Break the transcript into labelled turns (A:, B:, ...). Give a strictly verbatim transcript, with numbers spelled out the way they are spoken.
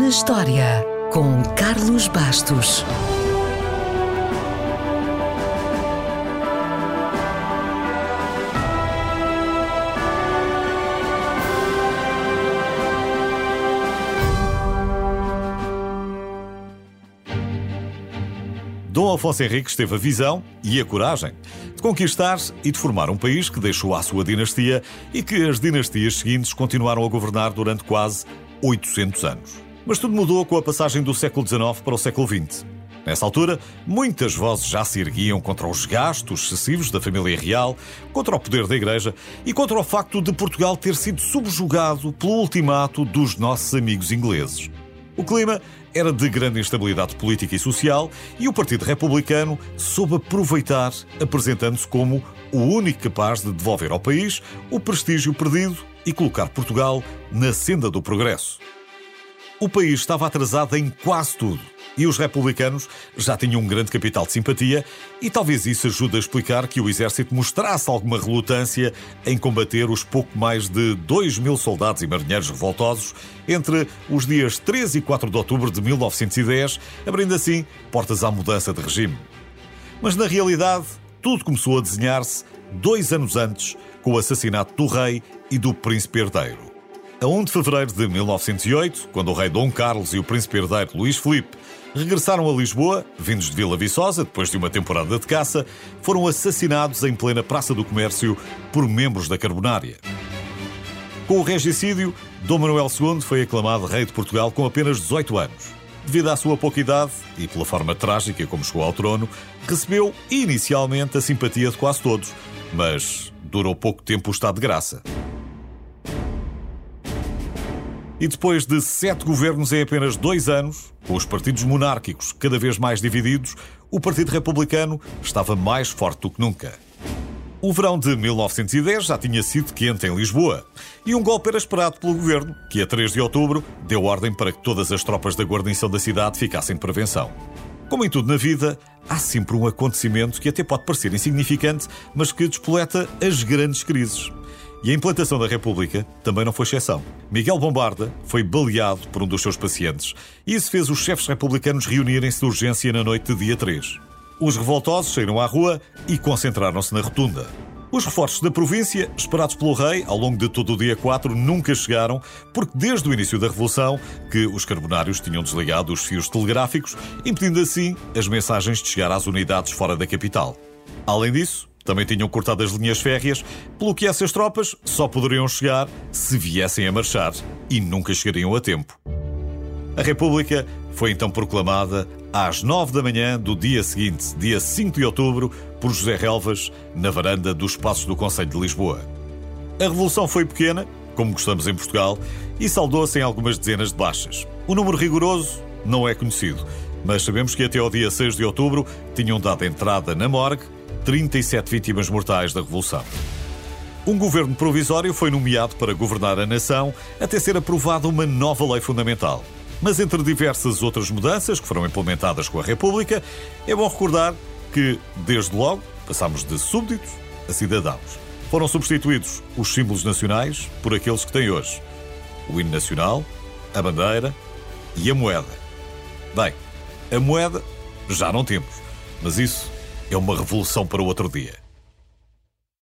A: na História, com Carlos Bastos.
B: Dom Afonso Henriques teve a visão e a coragem de conquistar e de formar um país que deixou à sua dinastia e que as dinastias seguintes continuaram a governar durante quase oitocentos anos. Mas tudo mudou com a passagem do século dezenove para o século vinte. Nessa altura, muitas vozes já se erguiam contra os gastos excessivos da família real, contra o poder da Igreja e contra o facto de Portugal ter sido subjugado pelo ultimato dos nossos amigos ingleses. O clima era de grande instabilidade política e social e o Partido Republicano soube aproveitar, apresentando-se como o único capaz de devolver ao país o prestígio perdido e colocar Portugal na senda do progresso. O país estava atrasado em quase tudo e os republicanos já tinham um grande capital de simpatia e talvez isso ajude a explicar que o exército mostrasse alguma relutância em combater os pouco mais de dois mil soldados e marinheiros revoltosos entre os dias três e quatro de outubro de mil novecentos e dez, abrindo assim portas à mudança de regime. Mas na realidade, tudo começou a desenhar-se dois anos antes com o assassinato do rei e do príncipe herdeiro. A um de fevereiro de mil novecentos e oito, quando o rei Dom Carlos e o príncipe herdeiro Luís Filipe regressaram a Lisboa, vindos de Vila Viçosa, depois de uma temporada de caça, foram assassinados em plena Praça do Comércio por membros da Carbonária. Com o regicídio, Dom Manuel segundo foi aclamado rei de Portugal com apenas dezoito anos. Devido à sua pouca idade e pela forma trágica como chegou ao trono, recebeu inicialmente a simpatia de quase todos, mas durou pouco tempo o estado de graça. E depois de sete governos em apenas dois anos, com os partidos monárquicos cada vez mais divididos, o Partido Republicano estava mais forte do que nunca. O verão de mil novecentos e dez já tinha sido quente em Lisboa e um golpe era esperado pelo governo, que a três de outubro deu ordem para que todas as tropas da guarnição da cidade ficassem de prevenção. Como em tudo na vida, há sempre um acontecimento que até pode parecer insignificante, mas que despoleta as grandes crises. E a implantação da República também não foi exceção. Miguel Bombarda foi baleado por um dos seus pacientes e isso fez os chefes republicanos reunirem-se de urgência na noite de dia três. Os revoltosos saíram à rua e concentraram-se na rotunda. Os reforços da província, esperados pelo rei ao longo de todo o dia quatro, nunca chegaram, porque desde o início da Revolução que os carbonários tinham desligado os fios telegráficos, impedindo assim as mensagens de chegar às unidades fora da capital. Além disso, também tinham cortado as linhas férreas, pelo que essas tropas só poderiam chegar se viessem a marchar e nunca chegariam a tempo. A República foi então proclamada às nove da manhã do dia seguinte, dia cinco de outubro, por José Relvas, na varanda dos Passos do Concelho de Lisboa. A Revolução foi pequena, como gostamos em Portugal, e saldou-se em algumas dezenas de baixas. O número rigoroso não é conhecido, mas sabemos que até ao dia seis de outubro tinham dado entrada na morgue trinta e sete vítimas mortais da Revolução. Um governo provisório foi nomeado para governar a nação até ser aprovada uma nova lei fundamental. Mas entre diversas outras mudanças que foram implementadas com a República, é bom recordar que, desde logo, passámos de súbditos a cidadãos. Foram substituídos os símbolos nacionais por aqueles que têm hoje: o hino nacional, a bandeira e a moeda. Bem, a moeda já não temos, mas isso é uma revolução para o outro dia.